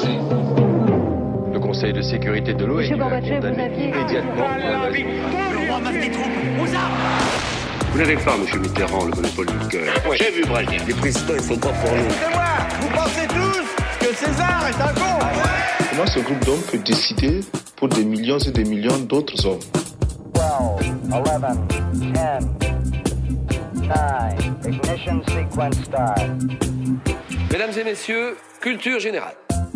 renforcée. Le Conseil de sécurité de l'ONU a condamné immédiatement l'invasion. Le roi masse des troupes aux armes. Vous n'avez pas, monsieur Mitterrand, le monopole du cœur. Ouais, j'ai vu Brezhnev. Les présidents, ils sont pas pour nous. C'est moi. Vous pensez tous que César est un con? Comment ce groupe d'hommes peut décider pour des millions et des millions d'autres hommes? 12, 11, 10, 9, ignition sequence start. Mesdames et messieurs, culture générale.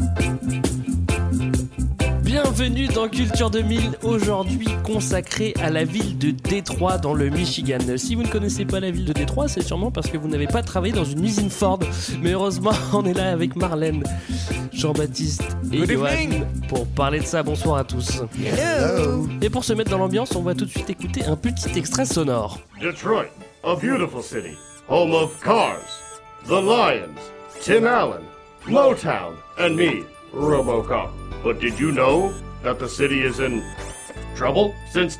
Bienvenue dans Culture 2000, aujourd'hui consacré à la ville de Détroit dans le Michigan. Si vous ne connaissez pas la ville de Détroit, c'est sûrement parce que vous n'avez pas travaillé dans une usine Ford. Mais heureusement, on est là avec Marlène, Jean-Baptiste et Johan pour parler de ça. Bonsoir à tous. Hello. Et pour se mettre dans l'ambiance, on va tout de suite écouter un petit extrait sonore. Detroit, a beautiful city, home of Cars, The Lions, Tim Allen, Motown, and me, RoboCop. But did you know that the city is in trouble? Since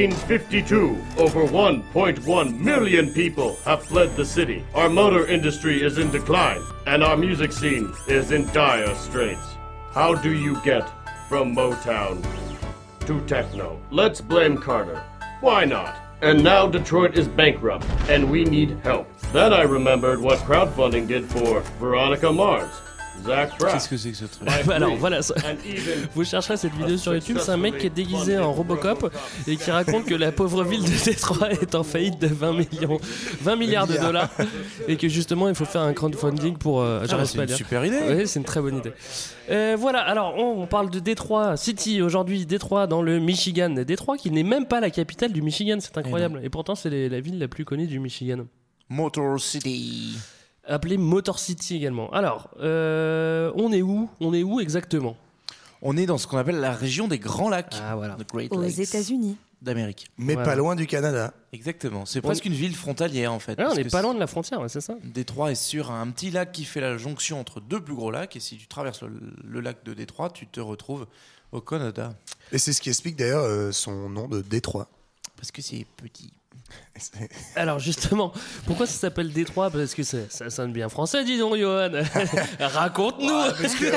1952, over 1.1 million people have fled the city. Our motor industry is in decline, and our music scene is in dire straits. How do you get from Motown to techno? Let's blame Carter. Why not? And now Detroit is bankrupt, and we need help. Then I remembered what crowdfunding did for Veronica Mars. Qu'est-ce que c'est que ce truc? Alors voilà, ça. Vous chercherez cette vidéo sur YouTube, c'est un mec qui est déguisé en Robocop et qui raconte que la pauvre ville de Détroit est en faillite de 20 milliards de dollars et que justement il faut faire un crowdfunding pour... c'est une super idée. Oui, c'est une très bonne idée. Voilà, alors on parle de Détroit City aujourd'hui, Détroit dans le Michigan. Détroit qui n'est même pas la capitale du Michigan, c'est incroyable. Et pourtant c'est la ville la plus connue du Michigan. Motor City. Appelé Motor City également. Alors, on est où? On est où exactement? On est dans ce qu'on appelle la région des Grands Lacs. Ah voilà. The Great Aux Lakes États-Unis. d'Amérique. Mais voilà. Pas loin du Canada. Exactement. C'est presque une ville frontalière en fait. Ah, on n'est pas loin de la frontière, ouais, c'est ça. Détroit est sur un petit lac qui fait la jonction entre deux plus gros lacs. Et si tu traverses le lac de Détroit, tu te retrouves au Canada. Et c'est ce qui explique d'ailleurs son nom de Détroit. Parce que c'est petit. Alors justement, pourquoi ça s'appelle Détroit? Parce que ça sonne bien français, dis donc, Johan. Raconte-nous. Parce que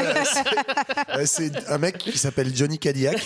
c'est un mec qui s'appelle Johnny Cadillac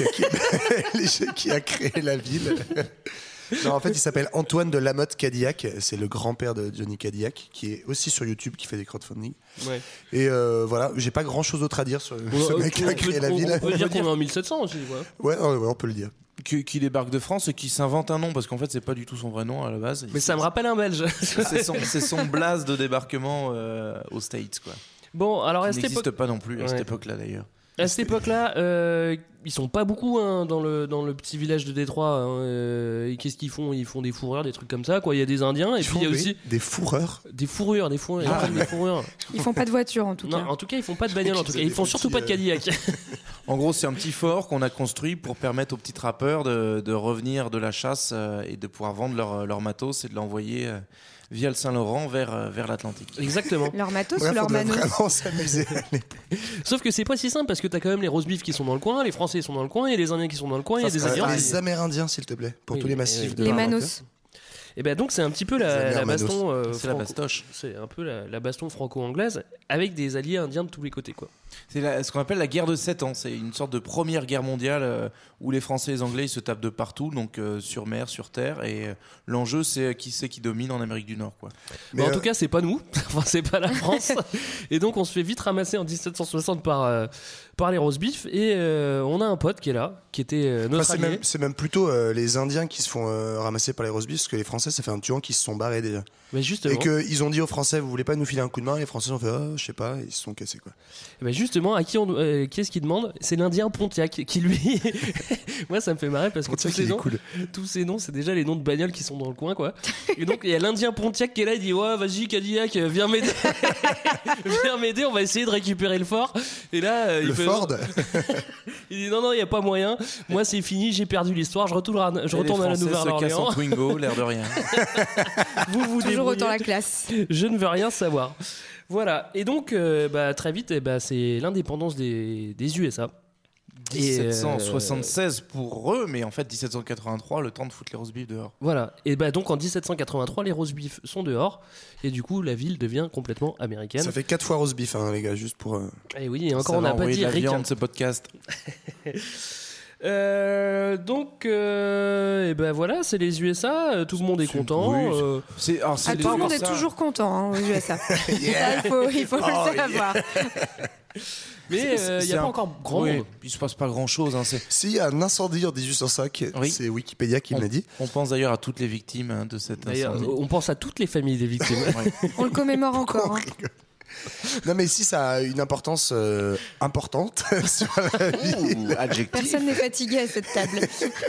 qui a créé la ville. Non, en fait, il s'appelle Antoine de Lamotte Cadillac. C'est le grand-père de Johnny Cadillac, qui est aussi sur YouTube, qui fait des crowdfunding. Ouais. Et voilà, j'ai pas grand-chose d'autre à dire sur ce mec qui a créé la ville. On peut dire qu'on est en 1700 aussi, ouais, on peut le dire. Qui débarque de France et qui s'invente un nom parce qu'en fait c'est pas du tout son vrai nom à la base. Mais ça me rappelle un Belge. c'est son blaze de débarquement aux States quoi. Bon alors à cette époque n'existe pas non plus à cette époque-là d'ailleurs. À cette époque-là, ils sont pas beaucoup dans le petit village de Détroit. Et qu'est-ce qu'ils font? Ils font des fourrures, des trucs comme ça, quoi. Il y a des Indiens et puis il y a aussi des fourreurs. Des fourrures. Des fourrures. Ils font pas de voiture en tout cas. Non, en tout cas, ils font pas de bagnole. En tout cas, ils font surtout pas de Cadillac. En gros, c'est un petit fort qu'on a construit pour permettre aux petits trappeurs de revenir de la chasse et de pouvoir vendre leur matos et de l'envoyer via le Saint-Laurent vers l'Atlantique. Exactement. Leur matos ou leur manos? Vraiment s'amuser. Sauf que c'est pas si simple parce que t'as quand même les roast beef qui sont dans le coin, les Français sont dans le coin, et les Indiens qui sont dans le coin, il y a des Indiens. Les Amérindiens, s'il te plaît, pour tous les massifs. Les manos. Et ben donc c'est un petit peu la baston. C'est la bastoche. C'est un peu la baston franco-anglaise avec des alliés indiens de tous les côtés, quoi. C'est ce qu'on appelle la guerre de 7 ans. C'est une sorte de première guerre mondiale où les Français et les Anglais ils se tapent de partout, donc sur mer, sur terre. Et l'enjeu, c'est qui domine en Amérique du Nord, quoi. Mais en tout cas, c'est pas nous. Enfin, c'est pas la France. Et donc, on se fait vite ramasser en 1760 par les roast beef. Et on a un pote qui est là, qui était notre allié. C'est même plutôt les Indiens qui se font ramasser par les roast beef, parce que les Français, ça fait un petit an qu'ils se sont barrés déjà. Mais justement. Et qu'ils ont dit aux Français, vous voulez pas nous filer un coup de main? Les Français ont fait, je sais pas, ils se sont cassés, quoi. Et ben justement, qui est-ce qui demande? C'est l'Indien Pontiac qui lui. Moi, ça me fait marrer parce que tous ces noms, c'est déjà les noms de bagnoles qui sont dans le coin, quoi. Et donc, il y a l'Indien Pontiac qui est là, il dit ouais, vas-y, Cadillac, viens m'aider. Viens m'aider, on va essayer de récupérer le fort. Et là, le Ford. Il dit non, il y a pas moyen. Moi, c'est fini, j'ai perdu l'histoire. Je retourne à la Nouvelle-Orléans. Se cassent en Twingo, l'air de rien. Vous toujours autant la classe. Je ne veux rien savoir. Voilà. Et donc, très vite, c'est l'indépendance des USA. 1776 pour eux, mais en fait 1783, le temps de foutre les roast beef dehors. Voilà. Et bah donc en 1783, les roast beef sont dehors et du coup la ville devient complètement américaine. Ça fait 4 fois roast beef, hein, les gars, juste pour. Et oui, et encore on n'a pas dit la Rick. viande, ce podcast. Et ben voilà, c'est les USA, tout le monde est content. Oui, tout le monde est toujours content hein, aux USA. Yeah. Ça, il faut le savoir. Mais il n'y a pas encore grand monde. Il se passe pas grand chose. S'il y a un incendie en 1805, c'est Wikipédia qui me l'a dit. On pense d'ailleurs à toutes les victimes de cet incendie. On pense à toutes les familles des victimes. On le commémore encore. Non mais ici ça a une importance importante sur la ville. Personne n'est fatigué à cette table.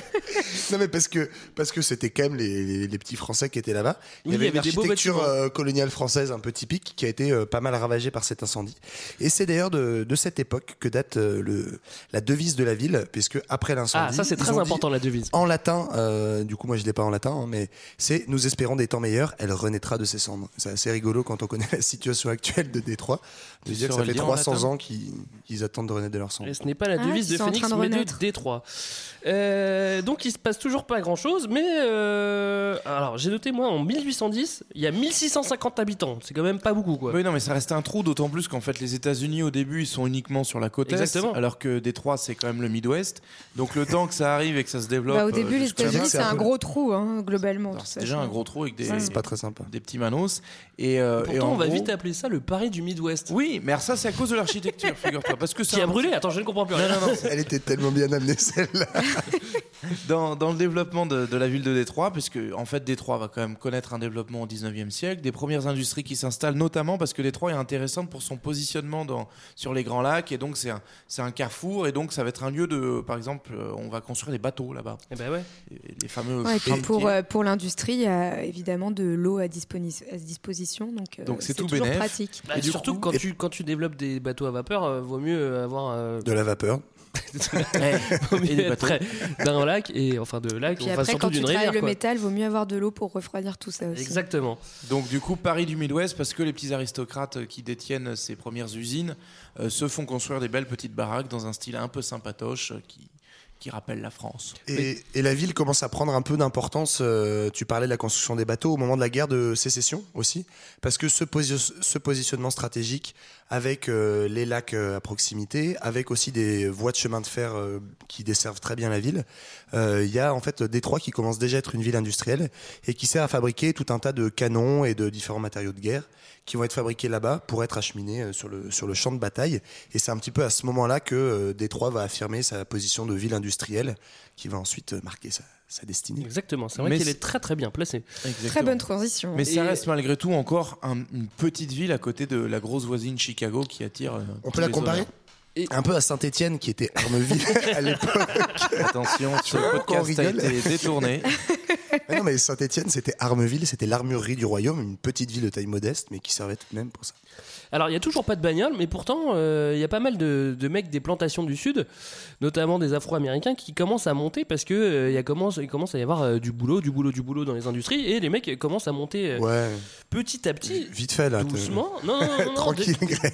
Non mais parce que c'était quand même les petits Français qui étaient là-bas. Il y avait une architecture coloniale française un peu typique qui a été pas mal ravagée par cet incendie. Et c'est d'ailleurs de cette époque que date la devise de la ville, puisque après l'incendie. Ah ça c'est très important la devise. En latin, du coup moi je l'ai pas en latin, hein, mais c'est nous espérons des temps meilleurs, elle renaîtra de ses cendres. C'est assez rigolo quand on connaît la situation actuelle de Détroit, de dire que ça fait 300 ans qu'ils attendent de renaître de leur sang. Et ce n'est pas la devise de Phoenix, mais de Détroit. Donc il se passe toujours pas grand chose, mais alors j'ai noté moi en 1810, il y a 1650 habitants, c'est quand même pas beaucoup quoi. Oui non mais ça reste un trou, d'autant plus qu'en fait les États-Unis au début ils sont uniquement sur la côte est, alors que Détroit c'est quand même le Midwest. Donc le temps que ça arrive et que ça se développe. Au début les États-Unis c'est un gros trou hein, globalement. C'est déjà un gros trou avec c'est pas très sympa. Des petits manos. Et pourtant on va vite appeler ça le Paris du Midwest. Oui, mais ça c'est à cause de l'architecture, figure-toi, parce que qui a brûlé. Attends, je ne comprends plus rien. Non, elle était tellement bien amenée celle-là. Dans le développement de la ville de Détroit, puisque en fait Détroit va quand même connaître un développement au 19e siècle, des premières industries qui s'installent, notamment parce que Détroit est intéressante pour son positionnement sur les Grands Lacs, et donc c'est un carrefour, et donc ça va être un lieu de, par exemple, on va construire des bateaux là-bas. Et ben ouais. Les fameux. Et puis pour l'industrie, il y a évidemment de l'eau à disposition, donc c'est tout toujours pratique. Et surtout quand tu développes des bateaux à vapeur, vaut mieux avoir de la vapeur. Vaut mieux être près d'un lac et enfin de lac, puis enfin après, surtout d'une rivière. Quand tu travailles le métal, vaut mieux avoir de l'eau pour refroidir tout ça aussi. Exactement. Donc du coup, Paris du Midwest, parce que les petits aristocrates qui détiennent ces premières usines se font construire des belles petites baraques dans un style un peu sympatoche qui rappelle la France. Et la ville commence à prendre un peu d'importance. Tu parlais de la construction des bateaux au moment de la guerre de sécession aussi, parce que ce positionnement stratégique avec les lacs à proximité, avec aussi des voies de chemin de fer qui desservent très bien la ville, il y a en fait Détroit qui commence déjà à être une ville industrielle et qui sert à fabriquer tout un tas de canons et de différents matériaux de guerre qui vont être fabriqués là-bas pour être acheminés sur le champ de bataille. Et c'est un petit peu à ce moment-là que Détroit va affirmer sa position de ville industrielle qui va ensuite marquer sa destinée. Exactement, c'est vrai qu'elle est très très bien placée. Exactement. Très bonne transition. Mais ça reste malgré tout encore une petite ville à côté de la grosse voisine Chicago qui attire. On peut la comparer un peu à Saint-Étienne qui était Armeville à l'époque. Attention, ce podcast a été détourné. Non mais Saint-Étienne c'était Armeville, c'était l'armurerie du royaume, une petite ville de taille modeste mais qui servait tout de même pour ça. Alors il n'y a toujours pas de bagnole, mais pourtant il y a pas mal de mecs des plantations du sud, notamment des Afro-Américains qui commencent à monter parce que il commence à y avoir du boulot dans les industries et les mecs commencent à monter petit à petit, vite fait là, doucement. Non, tranquille, Greg.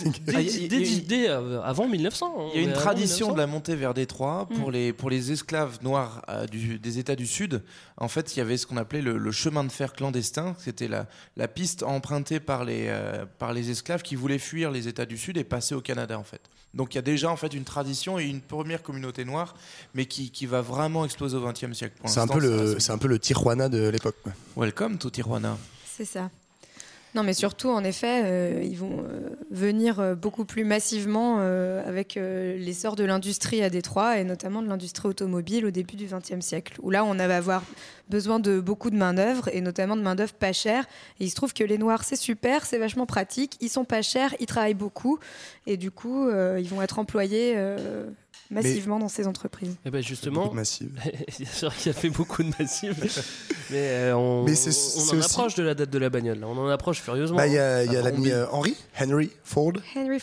Dès avant 1900. Il y a une tradition de la montée vers Détroit pour les esclaves noirs des États du Sud. En fait, il y avait ce qu'on appelait le chemin de fer clandestin. C'était la piste empruntée par les esclaves qui voulaient fuir les États du Sud et passer au Canada en fait. Donc il y a déjà en fait une tradition et une première communauté noire, mais qui va vraiment exploser au XXe siècle. C'est un peu le Tijuana de l'époque. Welcome to Tijuana. C'est ça. Non, mais surtout, en effet, ils vont venir beaucoup plus massivement avec l'essor de l'industrie à Détroit et notamment de l'industrie automobile au début du XXe siècle, où là, on va avoir besoin de beaucoup de main-d'œuvre et notamment de main-d'œuvre pas chère. Et il se trouve que les Noirs, c'est super, c'est vachement pratique, ils sont pas chers, ils travaillent beaucoup et du coup, ils vont être employés massivement dans ces entreprises. Et ben justement, c'est sûr qu'il y a fait beaucoup de massives, mais on en approche de la date de la bagnole. Là. On en approche furieusement. Il y a l'ami Henry Ford,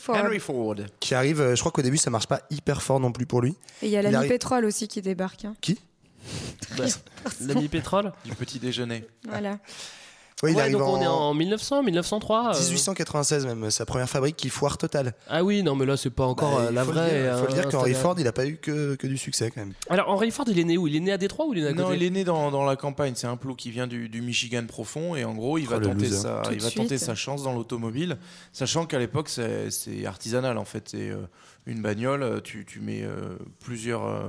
qui arrive. Je crois qu'au début ça marche pas hyper fort non plus pour lui. Et il y a l'ami Pétrole aussi qui débarque. Hein. Qui L'ami Pétrole du petit déjeuner. Voilà. Oui, il arrive donc on est en en 1900, 1903. 1896 même, sa première fabrique qui foire totale. Ah oui, non mais là c'est pas encore la vraie. Il faut le dire qu'Henry Ford, il a pas eu que du succès quand même. Alors Henry Ford, il est né où? Il est né à Détroit ou il est né à côté? Non, il est né dans la campagne. C'est un plot qui vient du Michigan profond et en gros, il va tenter sa chance dans l'automobile, sachant qu'à l'époque c'est artisanal en fait. C'est une bagnole, tu mets plusieurs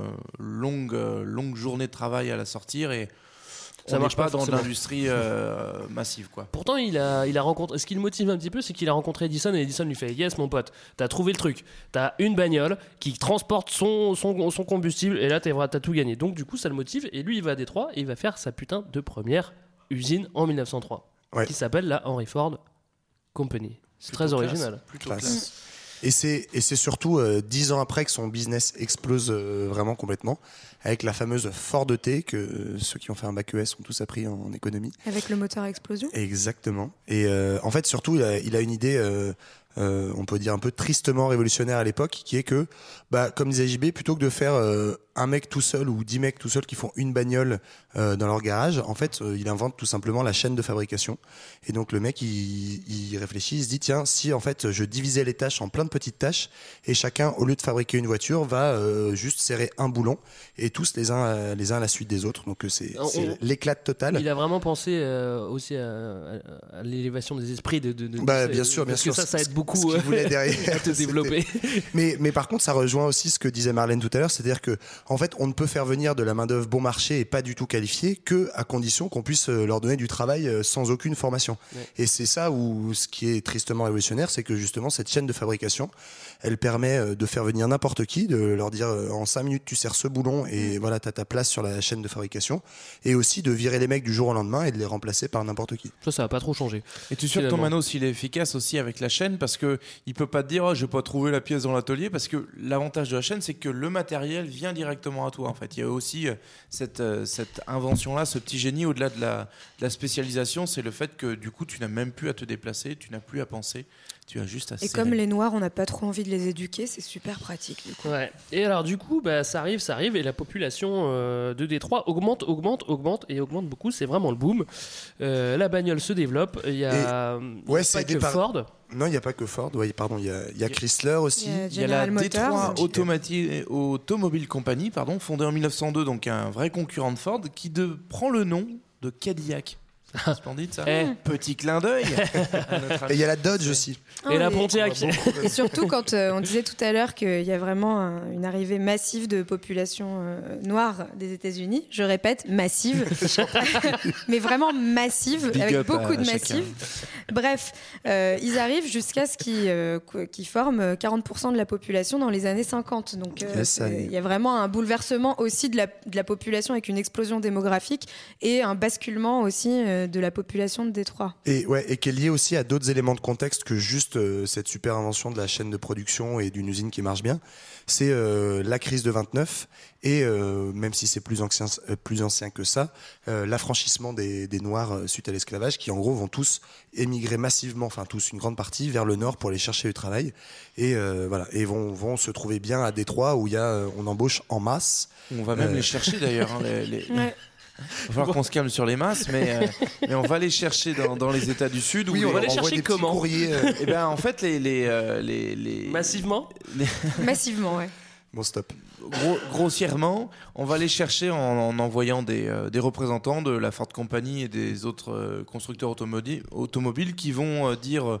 longues journées de travail à la sortir et ça marche pas dans l'industrie massive quoi. Pourtant il a rencontré, ce qui le motive un petit peu, c'est qu'il a rencontré Edison et Edison lui fait yes mon pote, t'as trouvé le truc, t'as une bagnole qui transporte son combustible et là t'as tout gagné. Donc du coup ça le motive et lui il va à Détroit et il va faire sa putain de première usine en 1903 qui s'appelle la Henry Ford Company. C'est très original. Plutôt classe. Et c'est surtout 10 ans après que son business explose vraiment complètement, avec la fameuse Ford T que ceux qui ont fait un bac ES ont tous appris en économie. Avec le moteur à explosion. Exactement. Et en fait, surtout, il a une idée, on peut dire un peu tristement révolutionnaire à l'époque, qui est que, comme disait JB, plutôt que de faire un mec tout seul ou 10 mecs tout seuls qui font une bagnole dans leur garage, en fait, il invente tout simplement la chaîne de fabrication. Et donc le mec, il réfléchit, il se dit tiens, si en fait je divisais les tâches en plein de petites tâches et chacun, au lieu de fabriquer une voiture, va juste serrer un boulon et tous les uns à la suite des autres. Donc c'est l'éclat total. Il a vraiment pensé aussi à l'élévation des esprits bien sûr, parce que ça aide beaucoup ce qu'il voulait derrière, à te développer. Mais par contre, ça rejoint aussi ce que disait Marlène tout à l'heure, c'est-à-dire que en fait, on ne peut faire venir de la main-d'œuvre bon marché et pas du tout qualifiée que à condition qu'on puisse leur donner du travail sans aucune formation. Ouais. Et c'est ça où ce qui est tristement révolutionnaire, c'est que justement cette chaîne de fabrication, elle permet de faire venir n'importe qui, de leur dire en 5 minutes tu serres ce boulon et voilà, t'as ta place sur la chaîne de fabrication, et aussi de virer les mecs du jour au lendemain et de les remplacer par n'importe qui. Ça va pas trop changer. Et tu es sûr que ton Manos il est efficace aussi avec la chaîne, parce que il peut pas te dire je vais pas trouver la pièce dans l'atelier, parce que l'avantage de la chaîne c'est que le matériel vient directement à toi en fait. Il y a aussi cette invention là, ce petit génie au-delà de la spécialisation, c'est le fait que du coup tu n'as même plus à te déplacer, tu n'as plus à penser, tu as juste à serrer. Et comme les noirs on n'a pas trop envie de les éduquer, c'est super pratique du coup. Ouais. Et alors du coup ça arrive et la population de Détroit augmente beaucoup, c'est vraiment le boom. La bagnole se développe, il y a pas que Ford. Non, il n'y a pas que Ford. Pardon, il y a Chrysler aussi. Il y a la Détroit Automobile Company, fondée en 1902, donc un vrai concurrent de Ford, qui prend le nom de Cadillac. C'est splendide ça. Petit clin d'œil. Et il y a la Dodge aussi. Et la Pontiac. Et surtout quand on disait tout à l'heure qu'il y a vraiment une arrivée massive de population noire des États-Unis. Je répète, massive. Mais vraiment massive, Big avec up beaucoup de chacun. massifs. Bref, ils arrivent jusqu'à ce qu'ils forment 40% de la population dans les années 50. Donc il y a vraiment un bouleversement aussi de la population avec une explosion démographique et un basculement aussi de la population de Détroit. Et qui est lié aussi à d'autres éléments de contexte que juste cette super invention de la chaîne de production et d'une usine qui marche bien. C'est la crise de 29 et même si c'est plus ancien que ça, l'affranchissement des Noirs suite à l'esclavage, qui en gros vont tous émigrer massivement, enfin tous, une grande partie, vers le nord pour aller chercher du travail et vont se trouver bien à Détroit où on embauche en masse. On va même les chercher d'ailleurs. Ouais. Il va falloir qu'on se calme sur les masses, mais on va les chercher dans les États du Sud. Oui, on va les chercher comment Eh ben, en fait, les... Massivement Massivement, ouais. Bon, stop. Grossièrement, on va les chercher en envoyant des représentants de la Ford Company et des autres constructeurs automobiles qui vont dire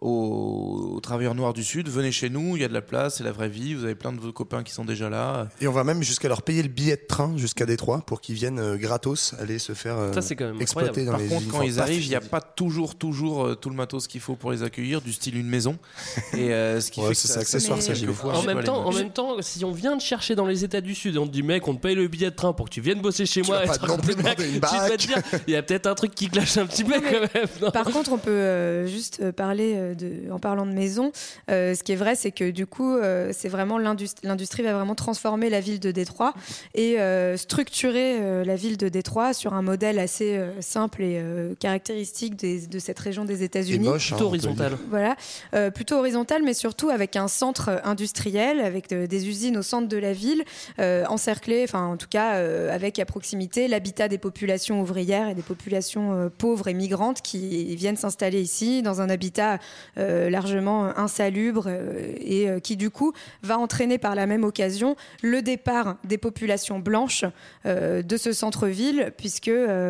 aux travailleurs noirs du Sud, venez chez nous, il y a de la place, c'est la vraie vie, vous avez plein de vos copains qui sont déjà là. Et on va même jusqu'à leur payer le billet de train jusqu'à Détroit pour qu'ils viennent gratos aller se faire ça, c'est quand même exploiter dans Par les contre, quand ils arrivent, il n'y a particuliers. pas toujours tout le matos qu'il faut pour les accueillir, du style une maison. Et ce qui fait que c'est accessoire, ça, j'y vais. En même temps, si on vient de chercher dans les États du Sud et on te dit mec, on te paye le billet de train pour que tu viennes bosser chez moi, vas pas non plus demander une baraque. tu vas te dire, il y a peut-être un truc qui clash un petit peu quand même. Non. Par contre, on peut juste parler en parlant de maison. Ce qui est vrai, c'est que du coup, c'est vraiment l'industrie va vraiment transformer la ville de Détroit et structurer la ville de Détroit sur un modèle assez simple et caractéristique de cette région des États-Unis. Et moche, Plutôt horizontal. Voilà, plutôt horizontal, mais surtout avec un centre industriel, avec des usines au centre de la ville ville, encerclés, enfin en tout cas avec à proximité l'habitat des populations ouvrières et des populations pauvres et migrantes qui viennent s'installer ici dans un habitat largement insalubre et qui du coup va entraîner par la même occasion le départ des populations blanches de ce centre-ville, puisque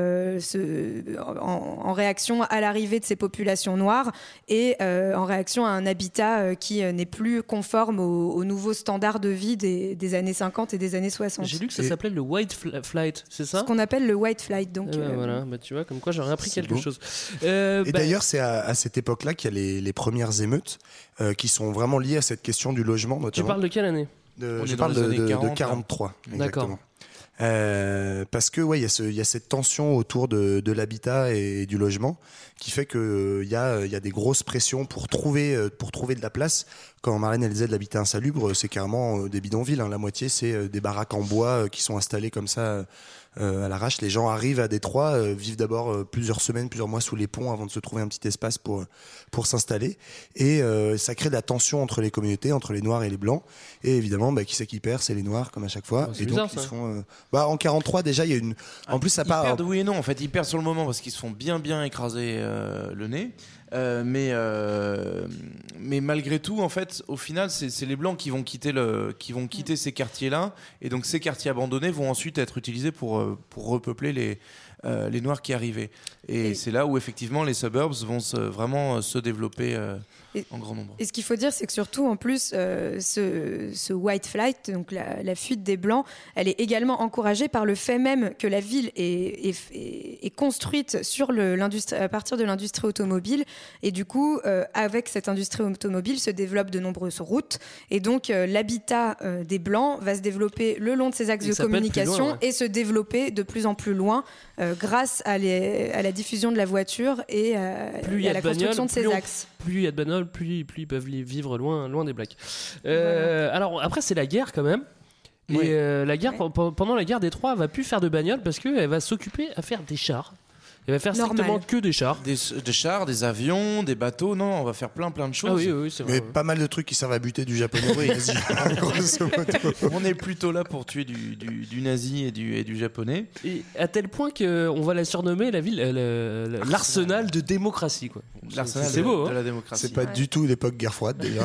en réaction à l'arrivée de ces populations noires et en réaction à un habitat qui n'est plus conforme aux nouveaux standards de vie des années 50 et des années 60. J'ai lu que ça s'appelait le White Flight, c'est ça ? Ce qu'on appelle le White Flight. Donc, voilà, tu vois, comme quoi j'aurais appris quelque chose. Et d'ailleurs, c'est à cette époque-là qu'il y a les premières émeutes qui sont vraiment liées à cette question du logement, notamment. Tu parles de quelle année ? Je parle de 43, exactement. Parce que il y a cette tension autour de l'habitat et du logement qui fait qu'il y a des grosses pressions pour trouver de la place. Quand Marlène elle disait de l'habitat insalubre, c'est carrément des bidonvilles, hein. La moitié c'est des baraques en bois qui sont installées comme ça à l'arrache. Les gens arrivent à Détroit, vivent d'abord plusieurs semaines, plusieurs mois sous les ponts avant de se trouver un petit espace pour s'installer. Et ça crée de la tension entre les communautés, entre les Noirs et les Blancs. Et évidemment, qui c'est qui perd ? C'est les Noirs, comme à chaque fois. C'est et bizarre, donc, ils se font, en 43, déjà, il y a une... En plus, ça part... Ils perdent oui et non. En fait, ils perdent sur le moment parce qu'ils se font bien écraser le nez. Mais malgré tout, en fait, au final, c'est les Blancs qui vont quitter ces quartiers-là, et donc ces quartiers abandonnés vont ensuite être utilisés pour repeupler les Noirs qui arrivaient. Et c'est là où effectivement les suburbs vont vraiment se développer en grand nombre. Et ce qu'il faut dire, c'est que surtout, en plus, ce white flight, donc la fuite des Blancs, elle est également encouragée par le fait même que la ville est construite à partir de l'industrie automobile. Et du coup, avec cette industrie automobile, se développent de nombreuses routes. Et donc, l'habitat des Blancs va se développer le long de ces axes de communication et se développer de plus en plus loin grâce à la diffusion de la voiture et à la construction de ces axes. Plus il y a de bagnoles, plus ils peuvent vivre loin des Blacks. Alors après, c'est la guerre quand même. Et la guerre, pendant la guerre, Détroit va plus faire de bagnoles parce qu'elle va s'occuper à faire des chars. Elle va faire strictement que des chars. Des chars, des avions, des bateaux. Non, on va faire plein de choses. Ah oui, c'est vrai. Mais pas mal de trucs qui servent à buter du japonais. Grosso modo. On est plutôt là pour tuer du nazi et du japonais. Et à tel point qu'on va la surnommer la ville, l'arsenal de démocratie, quoi. L'arsenal beau, de la démocratie. C'est pas du tout l'époque guerre froide, déjà.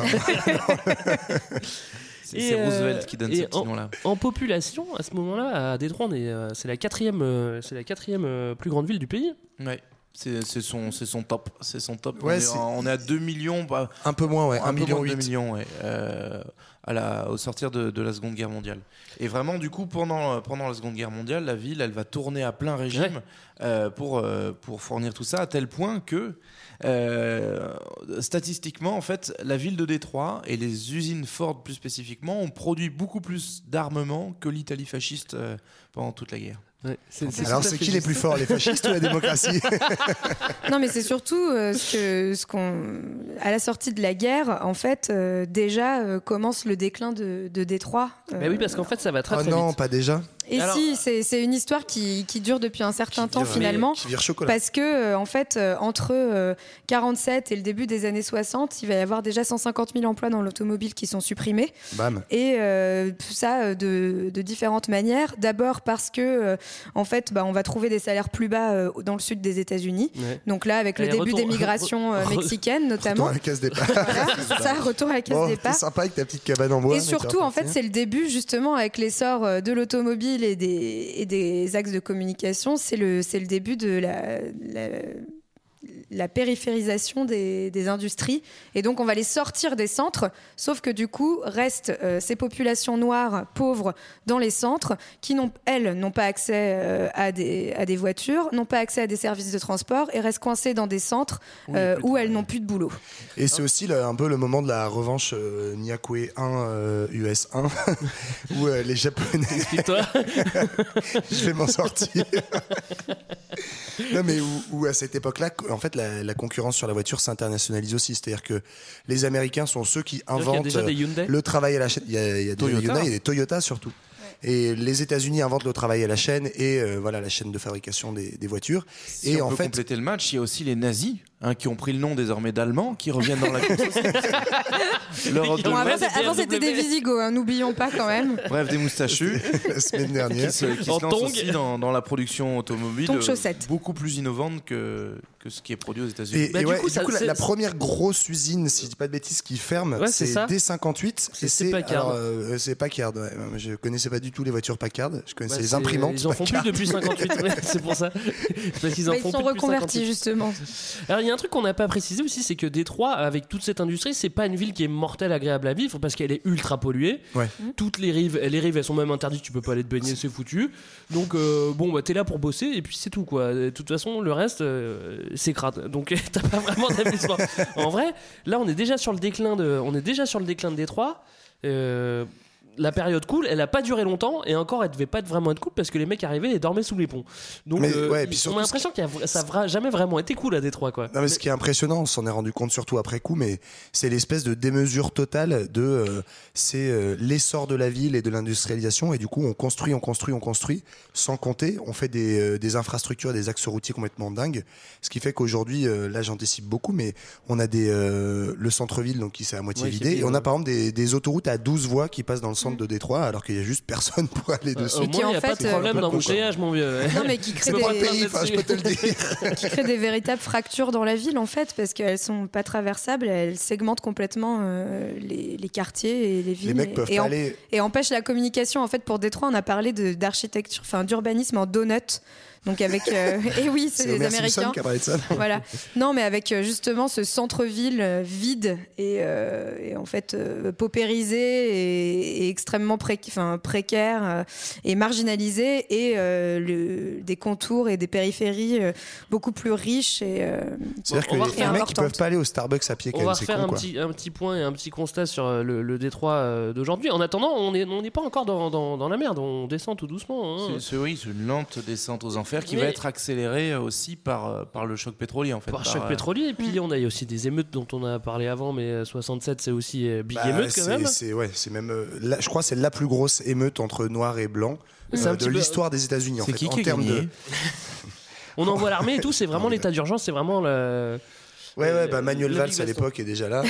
C'est Roosevelt qui donne ce petit nom-là. En population, à ce moment-là, à Détroit, c'est la quatrième plus grande ville du pays. Ouais. C'est son top. C'est son top. Ouais, on est à 2 millions. Un peu moins, ouais. 1 million. 2 millions, ouais. Au sortir de la Seconde Guerre mondiale. Et vraiment, du coup, pendant la Seconde Guerre mondiale, la ville, elle va tourner à plein régime pour fournir tout ça, à tel point que statistiquement, en fait, la ville de Détroit et les usines Ford plus spécifiquement ont produit beaucoup plus d'armements que l'Italie fasciste pendant toute la guerre. Ouais, alors c'est qui les plus forts, les fascistes ou la démocratie? Non, mais c'est surtout à la sortie de la guerre, en fait, déjà commence le déclin de Détroit. Mais oui, parce qu'en fait, ça va très vite. non, pas déjà. Et alors, si, c'est une histoire qui dure depuis un certain temps finalement, qui vire chocolat. Parce que en fait, entre 47 et le début des années 60, il va y avoir déjà 150 000 emplois dans l'automobile qui sont supprimés. Bam. Et tout ça de différentes manières. D'abord parce que en fait, on va trouver des salaires plus bas dans le sud des États-Unis. Ouais. Donc là, avec le début des migrations mexicaines notamment. Retour à la case départ. Voilà, ça, retour à la case départ. C'est sympa avec ta petite cabane en bois. Et surtout, en fait, c'est le début justement avec l'essor de l'automobile et des axes de communication, c'est le début de la périphérisation des industries. Et donc, on va les sortir des centres, sauf que du coup, restent ces populations noires pauvres dans les centres qui, n'ont pas accès à des voitures, n'ont pas accès à des services de transport et restent coincées dans des centres où elles n'ont plus de boulot. Et c'est aussi un peu le moment de la revanche Nyakwe 1, US 1, où les Japonais... Explique-toi. Je vais m'en sortir. Non, mais où à cette époque-là, en fait, la concurrence sur la voiture s'internationalise aussi. C'est-à-dire que les Américains sont ceux qui inventent le travail à la chaîne. Il y a des Hyundai et des Toyota surtout. Ouais. Et les États-Unis inventent le travail à la chaîne et la chaîne de fabrication des voitures. Si et on peut compléter le match, il y a aussi les nazis. qui ont pris le nom désormais d'Allemands, qui reviennent dans la course. Avant c'était des Visigoths, n'oublions pas quand même. Bref, des moustachus. La semaine dernière. Qui se lancent aussi dans la production automobile beaucoup plus innovante que ce qui est produit aux États-Unis. Du coup, la première grosse usine, si je dis pas de bêtises, qui ferme, c'est D58. C'est Packard. C'est Packard. Ouais. Je connaissais pas du tout les voitures Packard. Je connaissais les imprimantes. Ils en font plus depuis 58. C'est pour ça. Parce qu'ils ils sont reconvertis justement. Alors il y a un truc qu'on n'a pas précisé aussi, c'est que Détroit, avec toute cette industrie, c'est pas une ville qui est mortelle, agréable à vivre, parce qu'elle est ultra polluée. Ouais. Toutes les rives, elles sont même interdites. Tu peux pas aller te baigner, c'est foutu. Donc t'es là pour bosser et puis c'est tout quoi. De toute façon, le reste. C'est crade, donc t'as pas vraiment d'amusement. En vrai, là on est déjà sur le déclin de Détroit. La période cool, elle a pas duré longtemps et encore elle devait pas vraiment être cool parce que les mecs arrivaient et dormaient sous les ponts. Donc on a l'impression que ça n'a jamais vraiment été cool à Détroit quoi. Non, mais ce qui est impressionnant, on s'en est rendu compte surtout après coup, mais c'est l'espèce de démesure totale de l'essor de la ville et de l'industrialisation, et du coup on construit sans compter, on fait des infrastructures, des axes routiers complètement dingues, ce qui fait qu'aujourd'hui là j'anticipe beaucoup, mais on a le centre-ville donc qui s'est à moitié vidé, et on a par exemple des autoroutes à 12 voies qui passent dans le centre de Détroit alors qu'il y a juste personne pour aller dessus. Au moins il n'y a pas de problème d'embouteillage mon vieux. Non mais qui crée je peux te le dire. Qui crée des véritables fractures dans la ville en fait, parce qu'elles sont pas traversables, elles segmentent complètement les quartiers et les villes. Les mecs peuvent pas aller. Et empêchent la communication en fait. Pour Détroit, on a parlé d'architecture, d'urbanisme en donut. Donc avec et oui, c'est les Américains qui a parlé de ça. Voilà. Non, mais avec justement ce centre-ville vide et en fait paupérisé et extrêmement précaire et marginalisé, et des contours et des périphéries beaucoup plus riches c'est-à-dire que les mecs qui peuvent pas aller au Starbucks à pied. On va refaire un petit point et un petit constat sur le Détroit d'aujourd'hui. En attendant, on n'est pas encore dans la merde. On descend tout doucement. Hein. C'est une lente descente aux enfers qui va être accéléré aussi par le choc pétrolier en fait. Par choc pétrolier, et puis on a aussi des émeutes dont on a parlé avant, mais 67 c'est aussi big émeute quand même. C'est même je crois que c'est la plus grosse émeute entre noirs et blancs de l'histoire des États-Unis en fait. En termes de on envoie l'armée et tout, c'est vraiment l'état d'urgence, c'est vraiment le... Manuel Valls à l'époque est déjà là.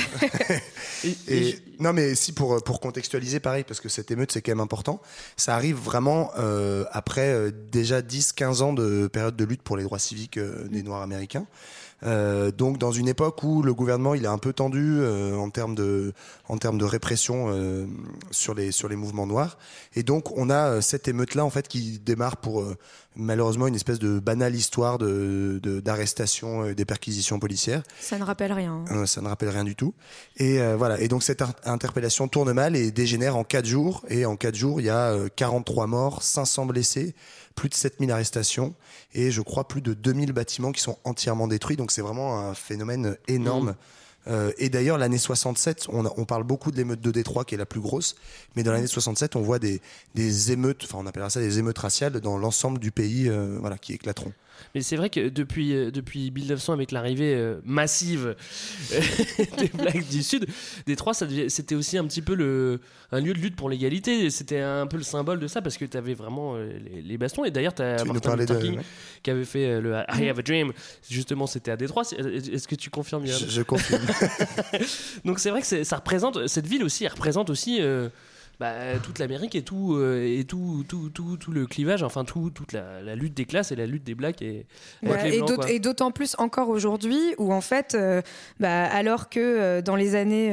Non mais si pour contextualiser pareil, parce que cette émeute c'est quand même important, ça arrive vraiment après déjà 10-15 ans de période de lutte pour les droits civiques des Noirs américains. Donc dans une époque où le gouvernement il est un peu tendu en termes de répression sur les mouvements noirs, et donc on a cette émeute là en fait qui démarre pour malheureusement une espèce de banale histoire d'arrestation et des perquisitions policières. Ça ne rappelle rien. Ça ne rappelle rien du tout. Et voilà. Et donc cette interpellation tourne mal et dégénère en 4 jours. Et en 4 jours, il y a 43 morts, 500 blessés, plus de 7000 arrestations et je crois plus de 2000 bâtiments qui sont entièrement détruits. Donc c'est vraiment un phénomène énorme. Et d'ailleurs, l'année 67, on parle beaucoup de l'émeute de Détroit qui est la plus grosse, mais dans l'année 67, on voit des émeutes, enfin on appellera ça des émeutes raciales dans l'ensemble du pays, qui éclateront. Mais c'est vrai que depuis 1900, avec l'arrivée massive des Blacks du Sud, Détroit, c'était aussi un petit peu un lieu de lutte pour l'égalité. C'était un peu le symbole de ça, parce que tu avais vraiment les bastons. Et d'ailleurs, tu as Martin Luther King qui avait fait le I Have a Dream. Justement, c'était à Détroit. Est-ce que tu confirmes, Yann ? Je confirme. Donc c'est vrai que ça représente, cette ville aussi, elle représente aussi... toute l'Amérique et tout le clivage, enfin toute la lutte des classes et la lutte des blacks et d'autant plus encore aujourd'hui où en fait alors que dans les années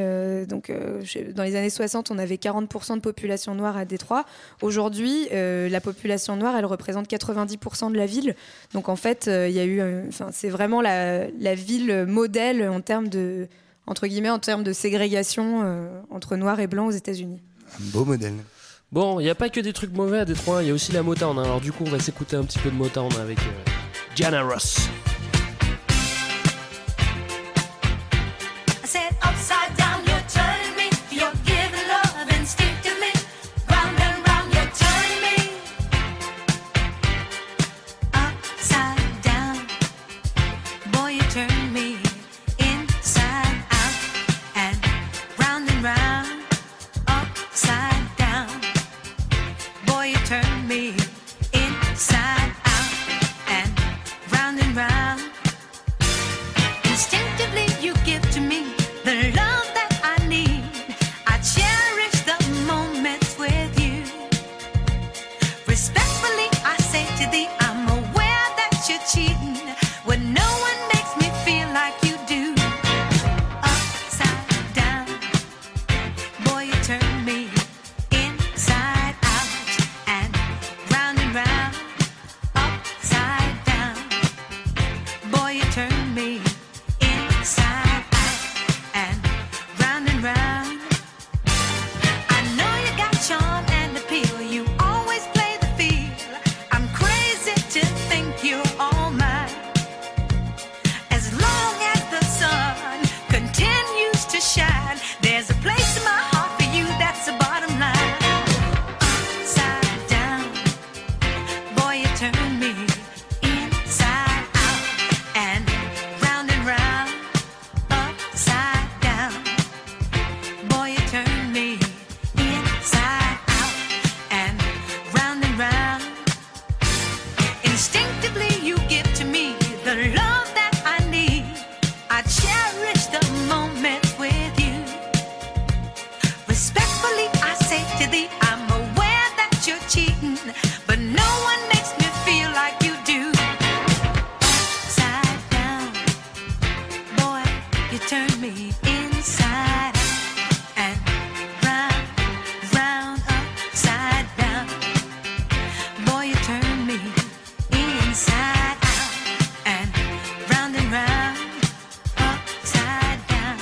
60 on avait 40% de population noire à Détroit, aujourd'hui la population noire elle représente 90% de la ville, donc en fait il y a eu c'est vraiment la ville modèle en termes de ségrégation entre noirs et blancs aux États-Unis. Un beau modèle. Bon, il n'y a pas que des trucs mauvais à Détroit, il y a aussi la Motown. Alors du coup, on va s'écouter un petit peu de Motown avec Diana Ross. Turn me inside out and round and round. turn me inside out and round and round, upside down. Boy, you turn me inside out and round. I know you got charm and appeal. You always play the field. I'm crazy to think you're all mine. As long as the sun continues to shine, there's a place in my heart for you. That's the bottom line. Upside down, boy, you turn me inside out and round, upside down. Boy, you turn me inside out and round. Instinctively you give to me the love that I need. I cherish the moments with you. Respectfully I say to thee, I'm aware that you're cheating, but no one makes me feel like you do. Upside down, boy, you turn me inside out and round, upside down. Boy, you turn me inside out and round, upside down.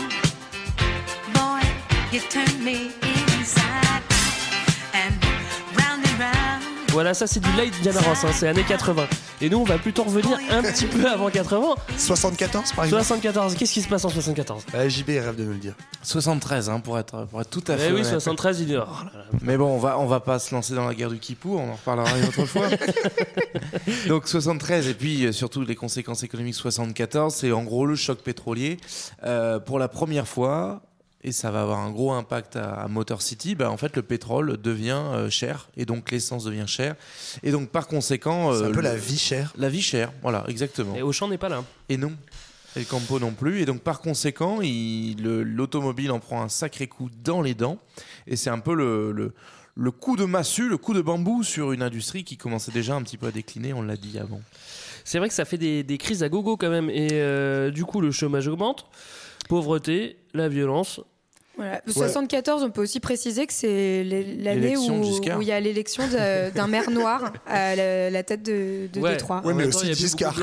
Boy, you turn me inside out and round. Voilà, ça c'est du light Diana Ross, c'est années 80. Et nous on va plutôt revenir un petit peu avant 80. 74 par exemple. 74, qu'est-ce qui se passe en 74 ? JB rêve de nous le dire. 73 pour être tout à fait oui, honnête. 73 il est... Mais bon, on va pas se lancer dans la guerre du Kippour, on en reparlera une autre fois. Donc 73 et puis surtout les conséquences économiques 74, c'est en gros le choc pétrolier. Pour la première fois, et ça va avoir un gros impact à Motor City, en fait le pétrole devient cher et donc l'essence devient chère. Et donc par conséquent... c'est un peu la vie chère. La vie chère, voilà, exactement. Et Auchan n'est pas là. Et non. Et le Campo non plus. Et donc par conséquent, l'automobile en prend un sacré coup dans les dents. Et c'est un peu le coup de massue, le coup de bambou sur une industrie qui commençait déjà un petit peu à décliner, on l'a dit avant. C'est vrai que ça fait des crises à gogo quand même. Et du coup, le chômage augmente, pauvreté, la violence. Voilà. 74, on peut aussi préciser que c'est l'année où il y a l'élection d'un maire noir à la tête de Détroit. Oui, mais aussi Giscard.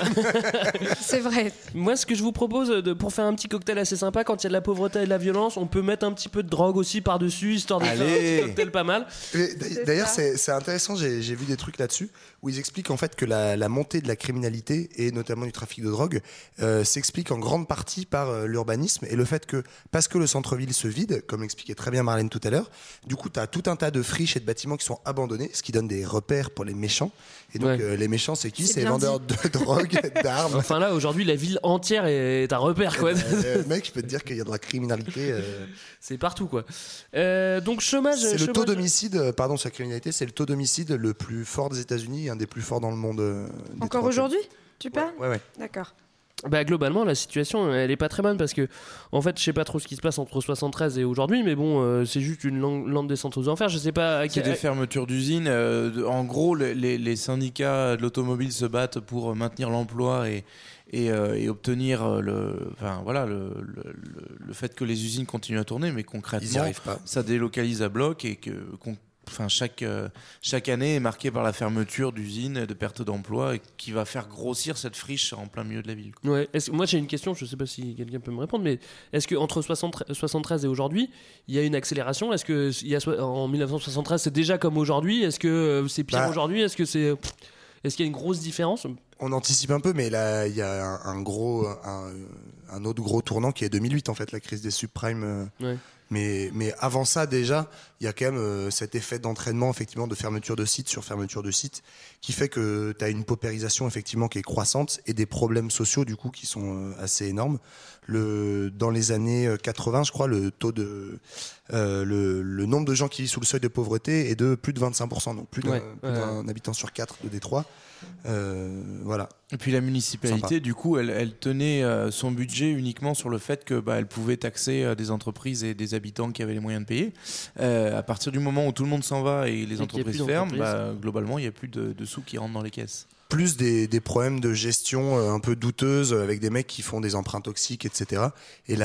C'est vrai. Moi, ce que je vous propose, pour faire un petit cocktail assez sympa, quand il y a de la pauvreté et de la violence, on peut mettre un petit peu de drogue aussi par-dessus, histoire de faire un petit cocktail pas mal. D'ailleurs, c'est intéressant, j'ai vu des trucs là-dessus, où ils expliquent en fait que la montée de la criminalité, et notamment du trafic de drogue, s'explique en grande partie par l'urbanisme, et le fait que, parce que le centre-ville se vide, comme l'expliquait très bien Marlène tout à l'heure, du coup tu as tout un tas de friches et de bâtiments qui sont abandonnés, ce qui donne des repères pour les méchants. Et donc les méchants, c'est qui ? C'est les vendeurs de drogue, d'armes. Enfin là, aujourd'hui, la ville entière est un repère, quoi. Mec, je peux te dire qu'il y a de la criminalité. C'est partout, quoi. Donc chômage. C'est le taux d'homicide, pardon, sur la criminalité, c'est le taux d'homicide le plus fort des États-Unis, un des plus forts dans le monde. Encore aujourd'hui, tu parles ? Ouais. D'accord. Globalement, la situation, elle est pas très bonne parce que, en fait, je sais pas trop ce qui se passe entre 73 et aujourd'hui, mais bon, c'est juste une lente descente aux enfers. Je sais pas. C'est des fermetures d'usines. En gros, les syndicats de l'automobile se battent pour maintenir l'emploi et obtenir le fait que les usines continuent à tourner, mais concrètement, ils n'y arrivent pas. Ça délocalise à bloc et chaque année est marquée par la fermeture d'usines, de perte d'emploi, et qui va faire grossir cette friche en plein milieu de la ville. Ouais. Moi j'ai une question, je ne sais pas si quelqu'un peut me répondre, mais est-ce qu'entre 73 et aujourd'hui, il y a une accélération ? Est-ce que en 1973 c'est déjà comme aujourd'hui ? Est-ce que c'est pire aujourd'hui ? Est-ce qu'il y a une grosse différence ? On anticipe un peu, mais là, il y a un autre gros tournant qui est 2008, en fait, la crise des subprimes. Ouais. Mais avant ça, déjà, il y a quand même cet effet d'entraînement, effectivement, de fermeture de site sur fermeture de site, qui fait que tu as une paupérisation, effectivement, qui est croissante et des problèmes sociaux, du coup, qui sont assez énormes. Dans les années 80, je crois, le nombre de gens qui vivent sous le seuil de pauvreté est de plus de 25%, donc plus d'un habitant sur 4 de Détroit. Voilà. Et puis la municipalité, du coup, elle tenait son budget uniquement sur le fait que elle pouvait taxer des entreprises et des habitants qui avaient les moyens de payer. À partir du moment où tout le monde s'en va et les entreprises ferment, globalement, il n'y a plus de sous qui rentrent dans les caisses. plus des problèmes de gestion un peu douteuses avec des mecs qui font des emprunts toxiques, etc. Et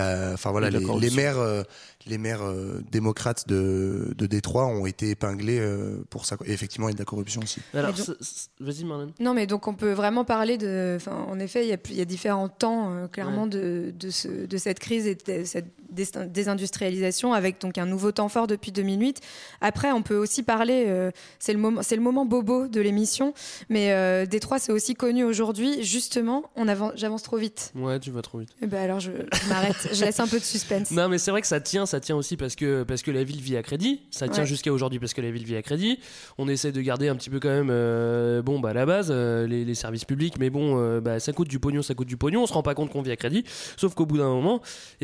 les maires démocrates de Détroit ont été épinglés pour ça. Et effectivement, il y a de la corruption aussi. Alors, vas-y Marlène. Non, mais donc on peut vraiment parler de... En effet, il y a différents temps, clairement, de cette crise et de cette désindustrialisation, avec donc un nouveau temps fort depuis 2008. Après, on peut aussi parler... c'est le moment bobo de l'émission, mais Détroit, c'est aussi connu aujourd'hui. Justement, j'avance trop vite. Ouais, tu vas trop vite. Et ben alors, je m'arrête. Je laisse un peu de suspense. Non, mais c'est vrai que ça tient aussi parce que la ville vit à crédit. Ça tient jusqu'à aujourd'hui parce que la ville vit à crédit. On essaie de garder un petit peu quand même, à la base, les services publics, mais ça coûte du pognon. On se rend pas compte qu'on vit à crédit. Sauf qu'au bout d'un moment, c'est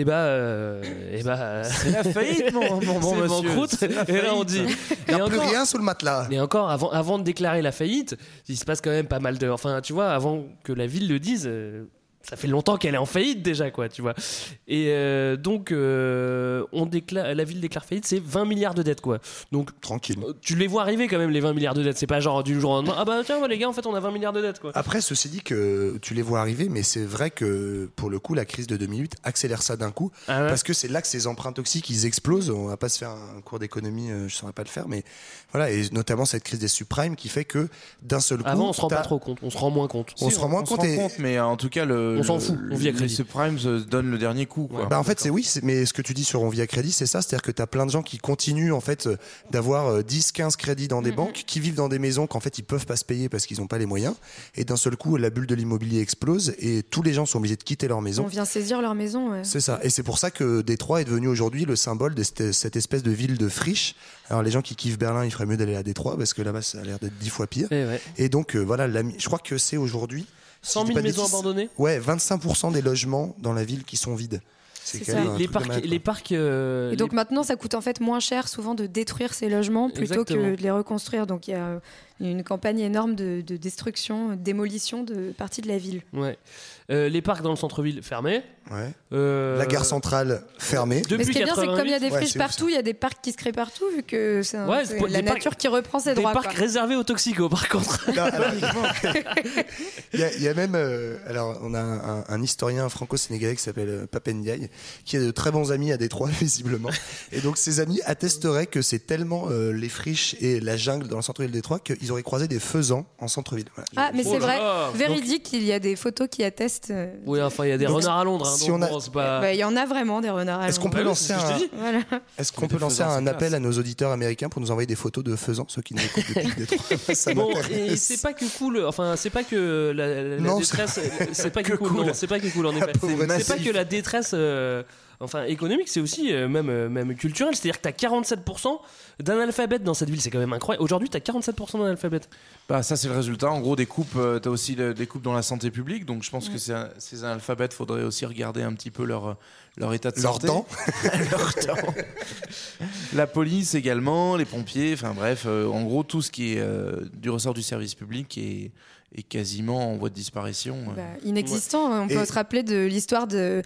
la faillite, mon monsieur. Banqueroute. Et là, on dit. Il n'y a plus rien sous le matelas. Et encore, avant de déclarer la faillite, il se passe quand même pas mal de. Enfin, tu vois, avant que la ville le dise. Ça fait longtemps qu'elle est en faillite déjà, quoi, tu vois. Et donc, la ville déclare faillite, c'est 20 milliards de dettes, quoi. Donc, tranquille. Tu les vois arriver quand même, les 20 milliards de dettes. C'est pas genre du jour au lendemain, ah bah tiens, les gars, en fait, on a 20 milliards de dettes, quoi. Après, ceci dit que tu les vois arriver, mais c'est vrai que pour le coup, la crise de 2008 accélère ça d'un coup. Ah ouais. Parce que c'est là que ces emprunts toxiques, ils explosent. On va pas se faire un cours d'économie, je saurais pas le faire, mais voilà. Et notamment cette crise des subprimes qui fait que d'un seul coup. Avant, on se rend pas trop compte, on se rend moins compte. On se rend moins compte, mais en tout cas, on s'en fout, on vit à crédit. Les subprimes donnent le dernier coup, quoi. En fait, mais ce que tu dis sur on vit à crédit, c'est ça, c'est-à-dire que tu as plein de gens qui continuent en fait d'avoir 10-15 crédits dans des banques, qui vivent dans des maisons qu'en fait ils peuvent pas se payer parce qu'ils n'ont pas les moyens, et d'un seul coup la bulle de l'immobilier explose et tous les gens sont obligés de quitter leur maison. On vient saisir leur maison. Ouais. C'est ça, et c'est pour ça que Détroit est devenu aujourd'hui le symbole de cette espèce de ville de friche. Alors les gens qui kiffent Berlin, il ferait mieux d'aller à Détroit parce que là-bas ça a l'air d'être 10 fois pire. Et donc voilà, je crois que c'est aujourd'hui 100 000 maisons abandonnées. Ouais, 25% des logements dans la ville qui sont vides. C'est quand même les parcs. Et donc maintenant, ça coûte en fait moins cher souvent de détruire ces logements plutôt que de les reconstruire. Donc il y a une campagne énorme de destruction, démolition de parties de la ville. Ouais. Les parcs dans le centre-ville fermés. Ouais. La gare centrale fermée. Mais ce qui est bien, c'est que comme il y a des friches partout, il y a des parcs qui se créent partout, vu que c'est la nature qui reprend ses droits. Des parcs réservés aux toxicos, par contre. Il y a même, alors on a un historien franco-sénégalais qui s'appelle Pape Ndiaye, qui a de très bons amis à Détroit visiblement, et donc ses amis attesteraient que c'est tellement les friches et la jungle dans le centre-ville de Détroit qu'ils auraient croisé des faisans en centre-ville. Voilà. Mais c'est vrai, véridique, il y a des photos qui attestent. Oui, enfin il y a des renards à Londres. Si il y en a vraiment des renards à Londres. Est-ce qu'on peut lancer un appel à nos auditeurs américains pour nous envoyer des photos de faisans, ceux qui nous écoutent depuis Détroit? Ça m'intéresse. Et c'est pas que cool. Enfin, c'est pas que la détresse. C'est pas que cool. Non, c'est pas que cool en effet. C'est pas que la détresse. Économique, c'est aussi même culturel. C'est-à-dire que t'as 47% d'analphabètes dans cette ville. C'est quand même incroyable. Aujourd'hui, t'as 47% d'analphabètes. Bah, ça, c'est le résultat. En gros, des coupes, t'as aussi des coupes dans la santé publique. Donc, je pense que ces analphabètes, faudrait aussi regarder un petit peu leur état de santé. Leur temps. La police également, les pompiers. Enfin, bref, en gros, tout ce qui est du ressort du service public est quasiment en voie de disparition. Inexistant. On peut se rappeler de l'histoire de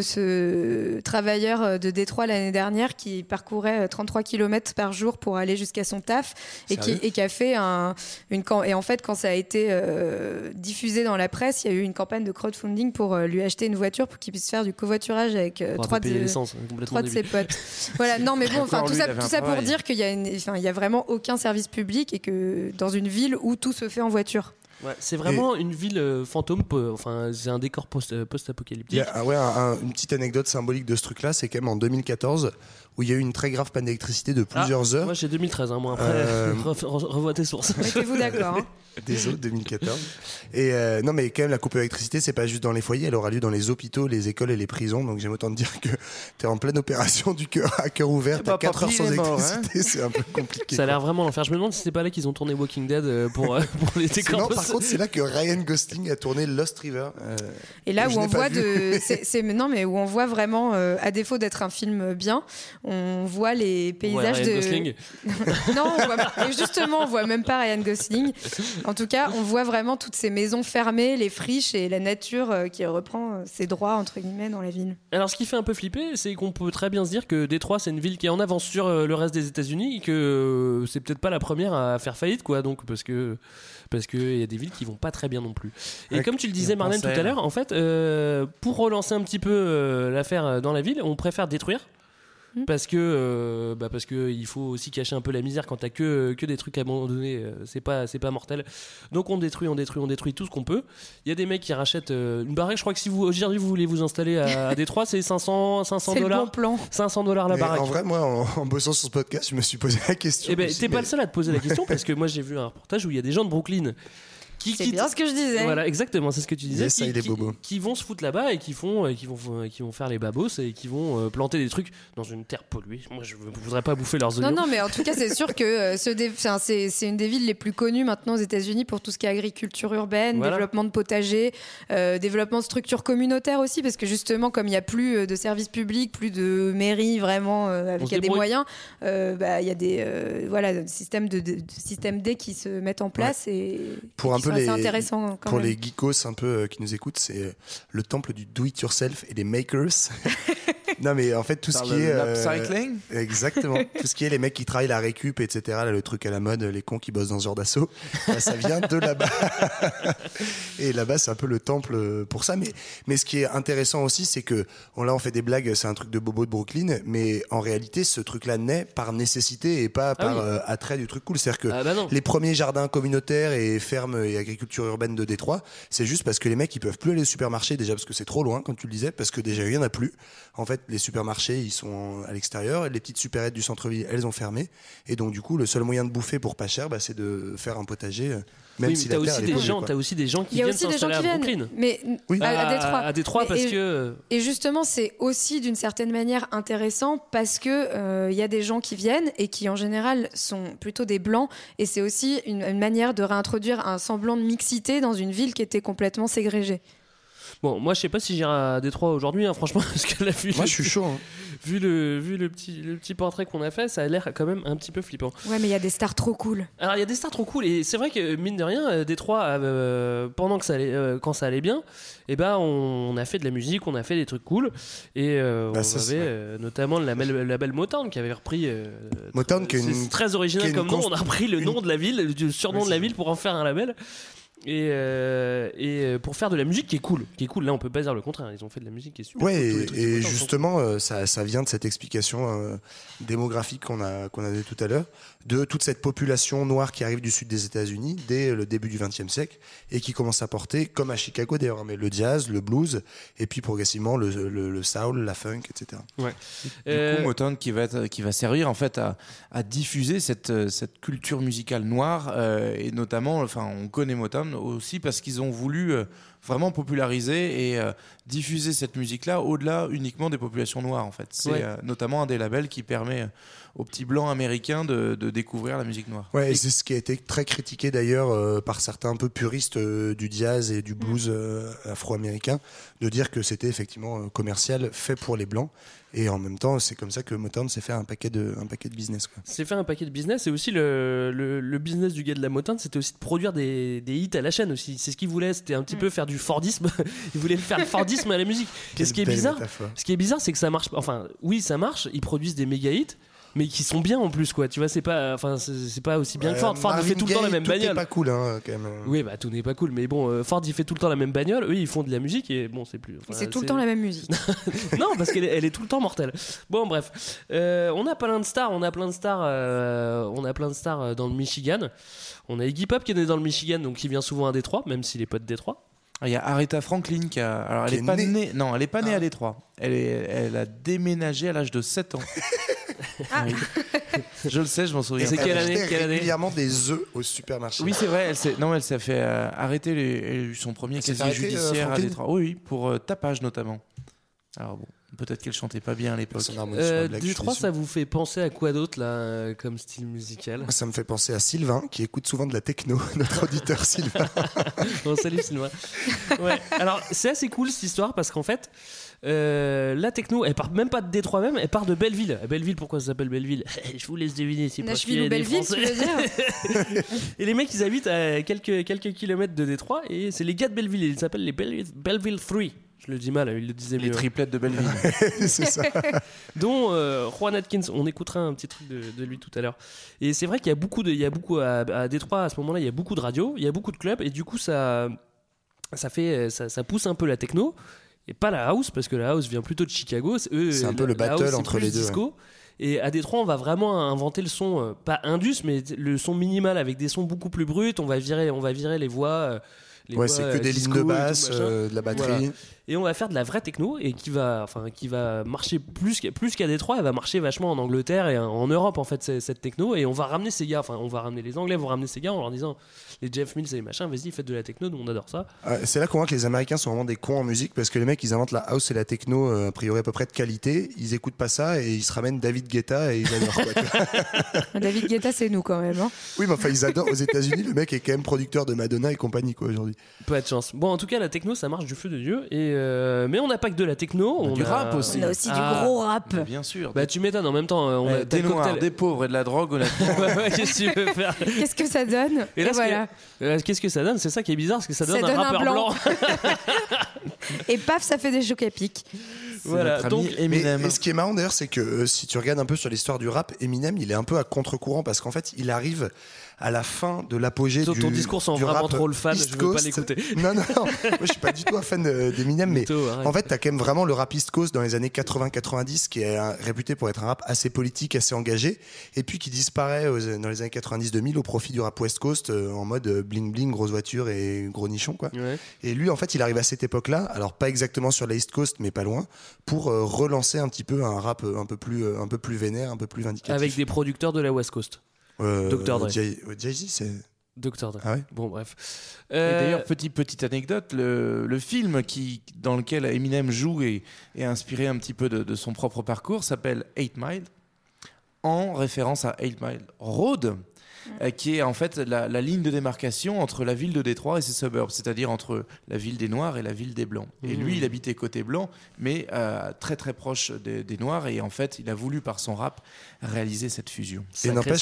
ce travailleur de Détroit l'année dernière qui parcourait 33 km par jour pour aller jusqu'à son taf et qui a fait et en fait quand ça a été diffusé dans la presse, il y a eu une campagne de crowdfunding pour lui acheter une voiture pour qu'il puisse faire du covoiturage avec trois de ses potes. Voilà, non mais bon, enfin tout ça pour dire qu'il y a vraiment aucun service public et que dans une ville où tout se fait en voiture. Ouais, c'est vraiment une ville fantôme, c'est un décor post-apocalyptique. Une petite anecdote symbolique de ce truc-là, c'est quand même en 2014 où il y a eu une très grave panne d'électricité de plusieurs heures. Moi j'ai 2013, moi après, revois tes sources. Mettez-vous d'accord. Désolé, 2014. Et non, mais quand même, la coupure d'électricité, c'est pas juste dans les foyers, elle aura lieu dans les hôpitaux, les écoles et les prisons. Donc j'aime autant te dire que t'es en pleine opération à cœur ouvert, t'as 4 heures sans électricité, c'est un peu compliqué. Ça a l'air vraiment l'enfer. Je me demande si c'est pas là qu'ils ont tourné Walking Dead pour les décors. Non, par contre, c'est là que Ryan Gosling a tourné Lost River. Et là où on voit où on voit vraiment, à défaut d'être un film bien, on voit les paysages Ryan Gosling. Non, on voit même pas Ryan Gosling. En tout cas, on voit vraiment toutes ces maisons fermées, les friches et la nature qui reprend ses droits entre guillemets dans la ville. Alors, ce qui fait un peu flipper, c'est qu'on peut très bien se dire que Détroit, c'est une ville qui est en avance sur le reste des États-Unis, et que c'est peut-être pas la première à faire faillite, quoi. Donc, parce que il y a des villes qui vont pas très bien non plus. Et comme tu le disais, Marlène, tout à l'heure, en fait, pour relancer un petit peu l'affaire dans la ville, on préfère détruire. Parce que il faut aussi cacher un peu la misère quand t'as que des trucs abandonnés, c'est pas mortel. Donc on détruit tout ce qu'on peut. Il y a des mecs qui rachètent une baraque. Je crois que si vous aujourd'hui vous voulez vous installer à Détroit, c'est 500 $. C'est le bon plan. $500 la Mais baraque. en vrai, moi, en bossant sur ce podcast, je me suis posé la question. Eh ben, aussi, t'es pas le seul à te poser la question, parce que moi j'ai vu un reportage où il y a des gens de Brooklyn C'est bien ce que je disais. Voilà, exactement, c'est ce que tu disais. Yes, qui vont se foutre là-bas et qui vont faire les babos et qui vont planter des trucs dans une terre polluée. Moi, je voudrais pas bouffer leurs oignons. Non, mais en tout cas, c'est sûr que c'est une des villes les plus connues maintenant aux États-Unis pour tout ce qui est agriculture urbaine, développement de potagers, développement de structures communautaires aussi, parce que justement, comme il n'y a plus de services publics, plus de mairies vraiment avec des moyens, il y a des systèmes D qui se mettent en place et pour un peu c'est intéressant quand pour même. les geekos un peu qui nous écoutent, c'est le temple du do it yourself et des makers. Non mais en fait tout ce qui est l'upcycling, exactement, tout ce qui est les mecs qui travaillent la récup, etc. Là, le truc à la mode, les cons qui bossent dans ce genre d'assaut, ça vient de là-bas. Et là-bas c'est un peu le temple pour ça. Mais ce qui est intéressant aussi, c'est que on fait des blagues, c'est un truc de bobo de Brooklyn, mais en réalité ce truc-là naît par nécessité et pas par attrait du truc cool. C'est-à-dire que les premiers jardins communautaires et fermes et agriculture urbaine de Détroit, c'est juste parce que les mecs ils peuvent plus aller au supermarché, déjà parce que c'est trop loin, comme tu le disais, parce que déjà il y en a plus. En fait, les supermarchés ils sont à l'extérieur et les petites supérettes du centre-ville elles ont fermé, et donc du coup le seul moyen de bouffer pour pas cher, c'est de faire un potager. Même si t'as aussi des gens qui viennent s'installer à Brooklyn. Mais à Détroit parce que... Et justement, c'est aussi d'une certaine manière intéressant parce que y a des gens qui viennent et qui en général sont plutôt des blancs, et c'est aussi une manière de réintroduire un semblant de mixité dans une ville qui était complètement ségrégée. Bon, moi je sais pas si j'irai à Détroit aujourd'hui, franchement, parce que là, moi je suis chaud. Vu le petit portrait qu'on a fait, ça a l'air quand même un petit peu flippant. Ouais, mais il y a des stars trop cool. Alors il y a des stars trop cool, et c'est vrai que mine de rien, Détroit, pendant que quand ça allait bien, on a fait de la musique, on a fait des trucs cool, et on avait notamment le label Motown qui avait repris. Motown, c'est très original comme nom. On a repris le nom de la ville, le surnom de la ville pour en faire un label. Et pour faire de la musique qui est cool. Là on peut pas dire le contraire, ils ont fait de la musique qui est super cool. Et justement ça vient de cette explication démographique qu'on a donnée tout à l'heure, de toute cette population noire qui arrive du sud des États-Unis dès le début du XXe siècle et qui commence à porter, comme à Chicago d'ailleurs, mais le jazz, le blues, et puis progressivement le soul, la funk, etc. Ouais. Du coup, Motown qui va servir en fait à diffuser cette culture musicale noire, et notamment, on connaît Motown aussi parce qu'ils ont voulu vraiment populariser et diffuser cette musique-là au-delà uniquement des populations noires, en fait. C'est notamment un des labels qui permet aux petits blancs américains de découvrir la musique noire. Ouais, et c'est ce qui a été très critiqué d'ailleurs par certains un peu puristes du jazz et du blues afro-américain, de dire que c'était effectivement commercial, fait pour les blancs. Et en même temps, c'est comme ça que Motown s'est fait un paquet de business, quoi. C'est fait un paquet de business, et aussi le business du gars de la Motown, c'était aussi de produire des hits à la chaîne aussi. C'est ce qu'il voulait, c'était un petit peu faire du Fordisme. Il voulait faire le Fordisme à la musique. Et ce qui est bizarre, c'est que ça marche. Enfin, oui, ça marche. Ils produisent des méga hits, mais qui sont bien en plus, quoi. Tu vois, c'est pas aussi bien que Ford. Ford, il fait tout le temps la même bagnole. Tout n'est pas cool, quand même. Oui, tout n'est pas cool, mais bon, Ford, il fait tout le temps la même bagnole. Eux, ils font de la musique, et bon, c'est plus. C'est tout le temps la même musique. Non, parce qu'elle est tout le temps mortelle. Bon, bref, on a plein de stars. On a plein de stars dans le Michigan. On a Iggy Pop qui est né dans le Michigan, donc qui vient souvent à Détroit, même s'il est pas de Détroit. Il y a Aretha Franklin elle est pas née. Non, elle est pas née à Détroit. Elle a déménagé à l'âge de 7 ans. Oui. Je le sais, je m'en souviens. C'est quelle année régulièrement des œufs au supermarché. Oui, c'est vrai. Elle s'est fait arrêter son premier casier judiciaire à Détroit. Oui, pour tapage notamment. Alors bon, Peut-être qu'elle chantait pas bien à l'époque. Détroit, ça vous fait penser à quoi d'autre là, comme style musical? Ça me fait penser à Sylvain, qui écoute souvent de la techno, notre auditeur Sylvain. Bon, salut Sylvain. Ouais. Alors c'est assez cool cette histoire parce qu'en fait la techno, elle part même pas de Détroit même, elle part de Belleville. Belleville, pourquoi ça s'appelle Belleville? Je vous laisse deviner, c'est parce qu'il y a des Belleville, Français. tu veux dire? Et les mecs, ils habitent à quelques kilomètres de Détroit et c'est les gars de Belleville. Ils s'appellent les Belleville 3. Je le dis mal, il le disait mieux. Les triplettes de Belleville. C'est ça. Dont Juan Atkins, on écoutera un petit truc de lui tout à l'heure. Et c'est vrai qu'il y a beaucoup à Détroit à ce moment-là, il y a beaucoup de radios, il y a beaucoup de clubs et du coup ça pousse un peu la techno. Et pas la house, parce que la house vient plutôt de Chicago. C'est un peu le battle house, entre les deux. Disco. Ouais. Et à Détroit, on va vraiment inventer le son, pas indus, mais le son minimal avec des sons beaucoup plus bruts. On va virer les voix. C'est que des lignes de basse, de la batterie. Voilà. Et on va faire de la vraie techno et qui va marcher plus qu'à Détroit. Elle va marcher vachement en Angleterre et en Europe en fait cette techno. Et on va ramener ces gars. On va ramener les Anglais, vont ramener ces gars en leur disant les Jeff Mills et les machins, vas-y faites de la techno, nous on adore ça. C'est là qu'on voit que les Américains sont vraiment des cons en musique parce que les mecs ils inventent la house et la techno a priori à peu près de qualité. Ils écoutent pas ça et ils se ramènent David Guetta et ils adorent quoi. David Guetta c'est nous quand même. Hein. Oui mais enfin ils adorent. Aux États-Unis le mec est quand même producteur de Madonna et compagnie quoi aujourd'hui. Pas de chance. Bon en tout cas la techno ça marche du feu de Dieu mais on n'a pas que de la techno, on du rap aussi. On a aussi du gros rap. Mais bien sûr. Bah tu m'étonnes en même temps on a des noirs, des pauvres et de la drogue honnêtement. Ouais, qu'est-ce que tu veux faire? Qu'est-ce que ça donne? Et là, voilà. Qu'est-ce que ça donne? C'est ça qui est bizarre, parce que ça donne un rappeur blanc. Et paf, ça fait des chocs à pic. Voilà, donc Eminem. Et ce qui est marrant d'ailleurs, c'est que si tu regardes un peu sur l'histoire du rap, Eminem, il est un peu à contre-courant parce qu'en fait, il arrive à la fin de l'apogée du ton discours sans du vraiment rap trop le fan, East je veux pas Coast. l'écouter. Non, moi je suis pas du tout un fan d'Eminem, mais en fait, t'as quand même vraiment le rap East Coast dans les années 80-90 qui est réputé pour être un rap assez politique, assez engagé, et puis qui disparaît dans les années 90-2000 au profit du rap West Coast en mode bling bling, grosse voiture et gros nichon quoi. Ouais. Et lui, en fait, il arrive à cette époque-là, alors pas exactement sur la East Coast, mais pas loin, pour relancer un petit peu un rap un peu plus vénère, un peu plus vindicatif. Avec des producteurs de la West Coast. Dr. Dre. Jay-Z, c'est... Dr. Dre. Ah ouais. Bon, bref. Et d'ailleurs, petite anecdote, le film dans lequel Eminem joue et est inspiré un petit peu de son propre parcours s'appelle 8 Mile, en référence à 8 Mile Road, qui est en fait la ligne de démarcation entre la ville de Détroit et ses suburbs, c'est-à-dire entre la ville des Noirs et la ville des Blancs. Et lui, il habitait côté blanc, mais très très proche des Noirs, et en fait, il a voulu par son rap réaliser cette fusion. Et n'empêche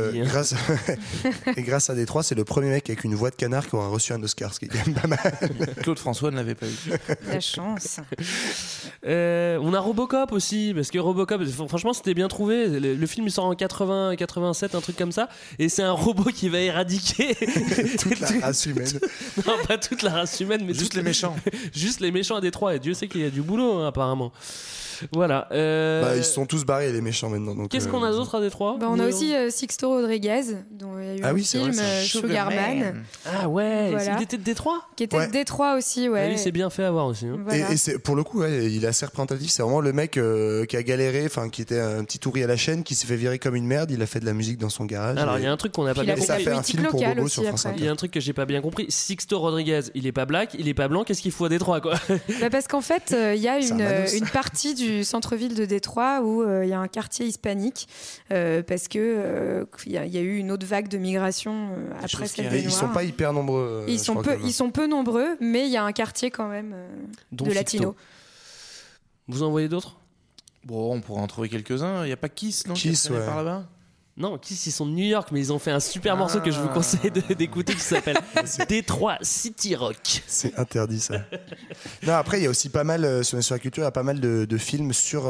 que grâce à Détroit, c'est le premier mec avec une voix de canard qui aura reçu un Oscar, ce qui est quand même pas mal. Claude François ne l'avait pas eu. La chance. On a Robocop aussi, parce que Robocop, franchement, c'était bien trouvé. Le film il sort en 80, 87, un truc comme ça, et c'est un robot qui va éradiquer toute la race humaine. Non, pas toute la race humaine, mais juste les méchants. Juste les méchants à Détroit. Et Dieu sait qu'il y a du boulot, hein, apparemment. Voilà. Ils se sont tous barrés les méchants maintenant. Donc, qu'est-ce qu'on a d'autre à Détroit? On a aussi Sixto Rodriguez, dont il y a eu un film, Sugarman. Ah ouais, voilà. Il était de Détroit? Qui était de Détroit aussi, ouais. Ah, lui, c'est bien fait avoir aussi. Hein. Voilà. Et c'est, pour le coup, il est assez représentatif. C'est vraiment le mec qui a galéré, qui était un petit ouvrier à la chaîne, qui s'est fait virer comme une merde. Il a fait de la musique dans son garage. Alors, il y a un truc qu'on n'a pas bien compris. Ça a fait un film pour Bobo sur France Inter. Il y a un truc que j'ai pas bien compris. Sixto Rodriguez, il est pas black, il est pas blanc. Qu'est-ce qu'il faut à Détroit, quoi? Parce qu'en fait, il y a une partie du centre-ville de Détroit où il y a un quartier hispanique parce que il y a eu une autre vague de migration après celle des Noirs. Ils sont pas hyper nombreux. Ils sont peu nombreux, mais il y a un quartier quand même de latinos. Vous en voyez d'autres? Bon, on pourrait en trouver quelques-uns. Il n'y a pas Kiss, non? Kiss, ouais. Par là-bas? Non, Kiss, ils sont de New York, mais ils ont fait un super morceau que je vous conseille d'écouter qui s'appelle Détroit City Rock. C'est interdit, ça. Non, après, il y a aussi pas mal, sur la culture, il y a pas mal de films sur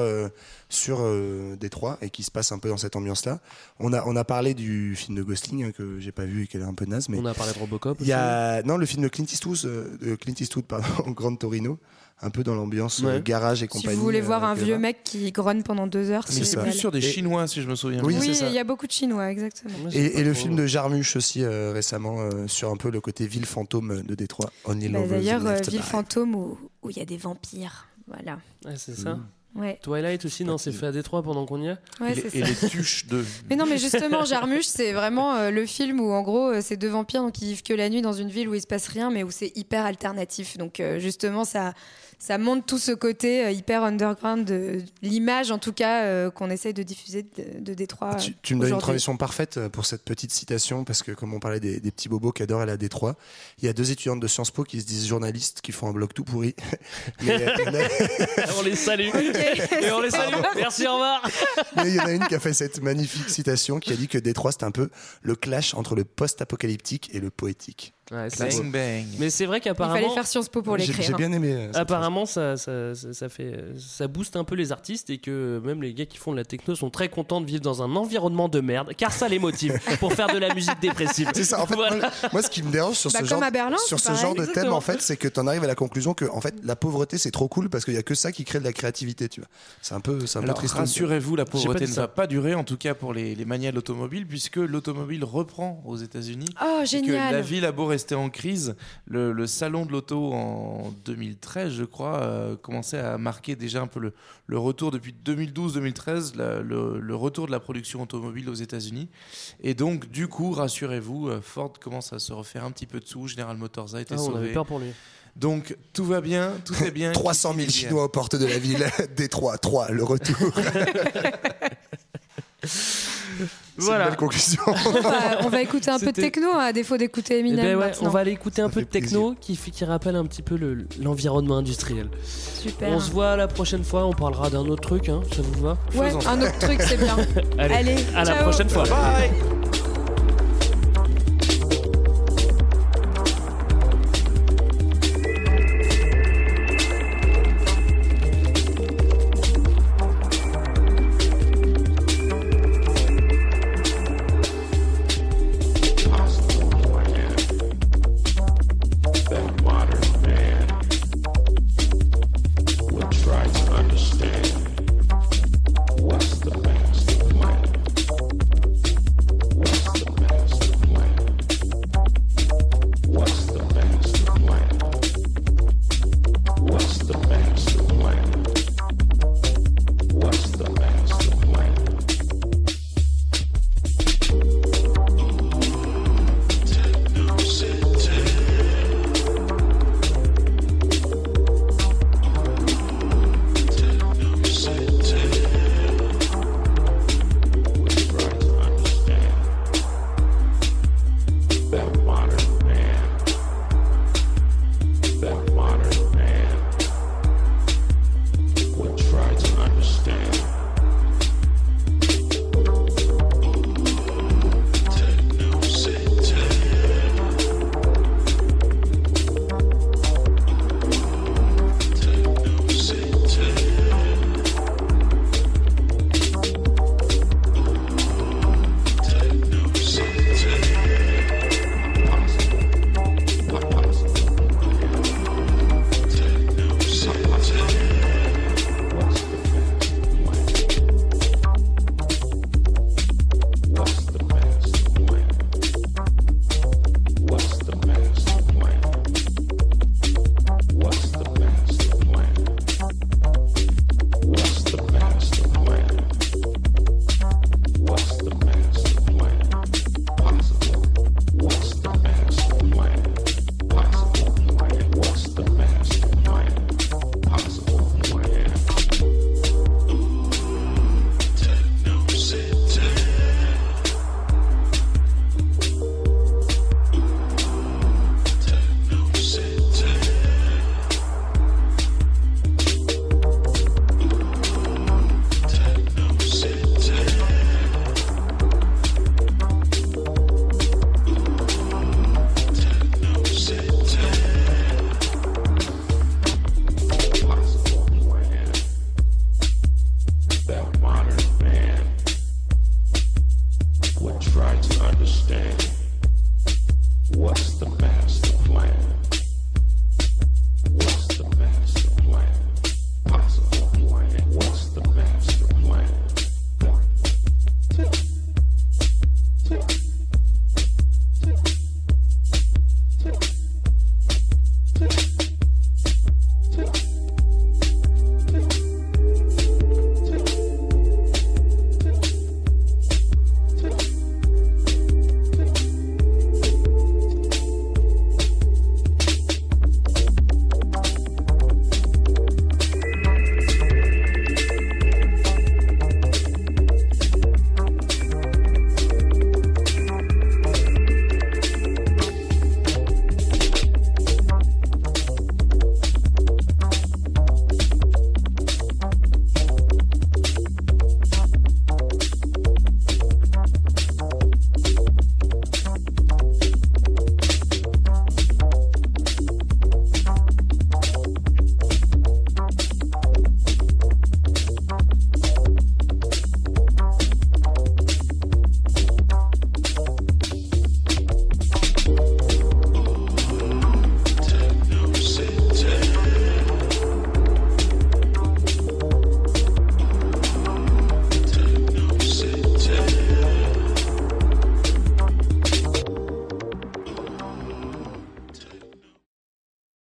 Détroit et qui se passent un peu dans cette ambiance-là. On a parlé du film de Gosling que j'ai pas vu et qui est un peu naze. Mais on a parlé de Robocop aussi. Non, le film de Clint Eastwood, Grand Torino. Un peu dans l'ambiance garage et compagnie. Si vous voulez voir un vieux mec qui grogne pendant 2 heures, mais c'est plus sur des Chinois, si je me souviens. Oui, il y a beaucoup de Chinois, exactement. Et le film de Jarmusch aussi récemment sur un peu le côté ville fantôme de Détroit. D'ailleurs, ville fantôme où il y a des vampires. Voilà. Ouais, c'est ça. Ouais. Twilight aussi, non, c'est fait à Détroit pendant qu'on y est. Ouais, et les tuches de. Mais non, mais justement, Jarmusch, c'est vraiment le film où en gros, c'est 2 vampires donc ils vivent que la nuit dans une ville où il se passe rien, mais où c'est hyper alternatif. Donc justement, ça ça montre tout ce côté hyper underground de l'image, en tout cas, qu'on essaye de diffuser de Détroit. Tu me donnes une transition parfaite pour cette petite citation, parce que comme on parlait des petits bobos qui adorent aller à Détroit, il y a 2 étudiantes de Sciences Po qui se disent journalistes, qui font un blog tout pourri. Mais, on les salue. Et on les salue. Merci, au revoir. Mais il y en a une qui a fait cette magnifique citation qui a dit que Détroit, c'est un peu le clash entre le post-apocalyptique et le poétique. Ouais, Bang, bang. Mais c'est vrai qu'apparemment, il fallait faire Sciences Po pour l'écrire. J'ai bien aimé. Apparemment, ça booste un peu les artistes et que même les gars qui font de la techno sont très contents de vivre dans un environnement de merde, car ça les motive pour faire de la musique dépressive. C'est ça. En fait, voilà. moi, ce qui me dérange sur ce genre, Berlin, sur ce genre de thème, en fait, c'est que t'en arrives à la conclusion que, en fait, la pauvreté, c'est trop cool parce qu'il y a que ça qui crée de la créativité, tu vois. C'est un peu triste. Rassurez-vous, la pauvreté ne va pas durer, en tout cas pour les manias de l'automobile, puisque l'automobile reprend aux États-Unis. Oh, et génial. que la ville a beau rester en crise. Le salon de l'auto en 2013, je crois, commençait à marquer déjà un peu le retour depuis 2012-2013, le retour de la production automobile aux États-Unis. Et donc, du coup, rassurez-vous, Ford commence à se refaire un petit peu de sous. General Motors a été sauvé. On avait peur pour lui. Donc, tout va bien, tout est bien. 300 000 Chinois aux portes de la ville. Détroit, 3, le retour. Voilà. Une belle conclusion. On va écouter un peu de techno, à défaut d'écouter Eminem. On va aller écouter un peu de techno qui rappelle un petit peu l'environnement industriel. Super. On se voit la prochaine fois, on parlera d'un autre truc, hein, ça vous va? Ouais, un autre truc, c'est bien. Allez, à la ciao. prochaine fois. Bye. Try to understand what's the past.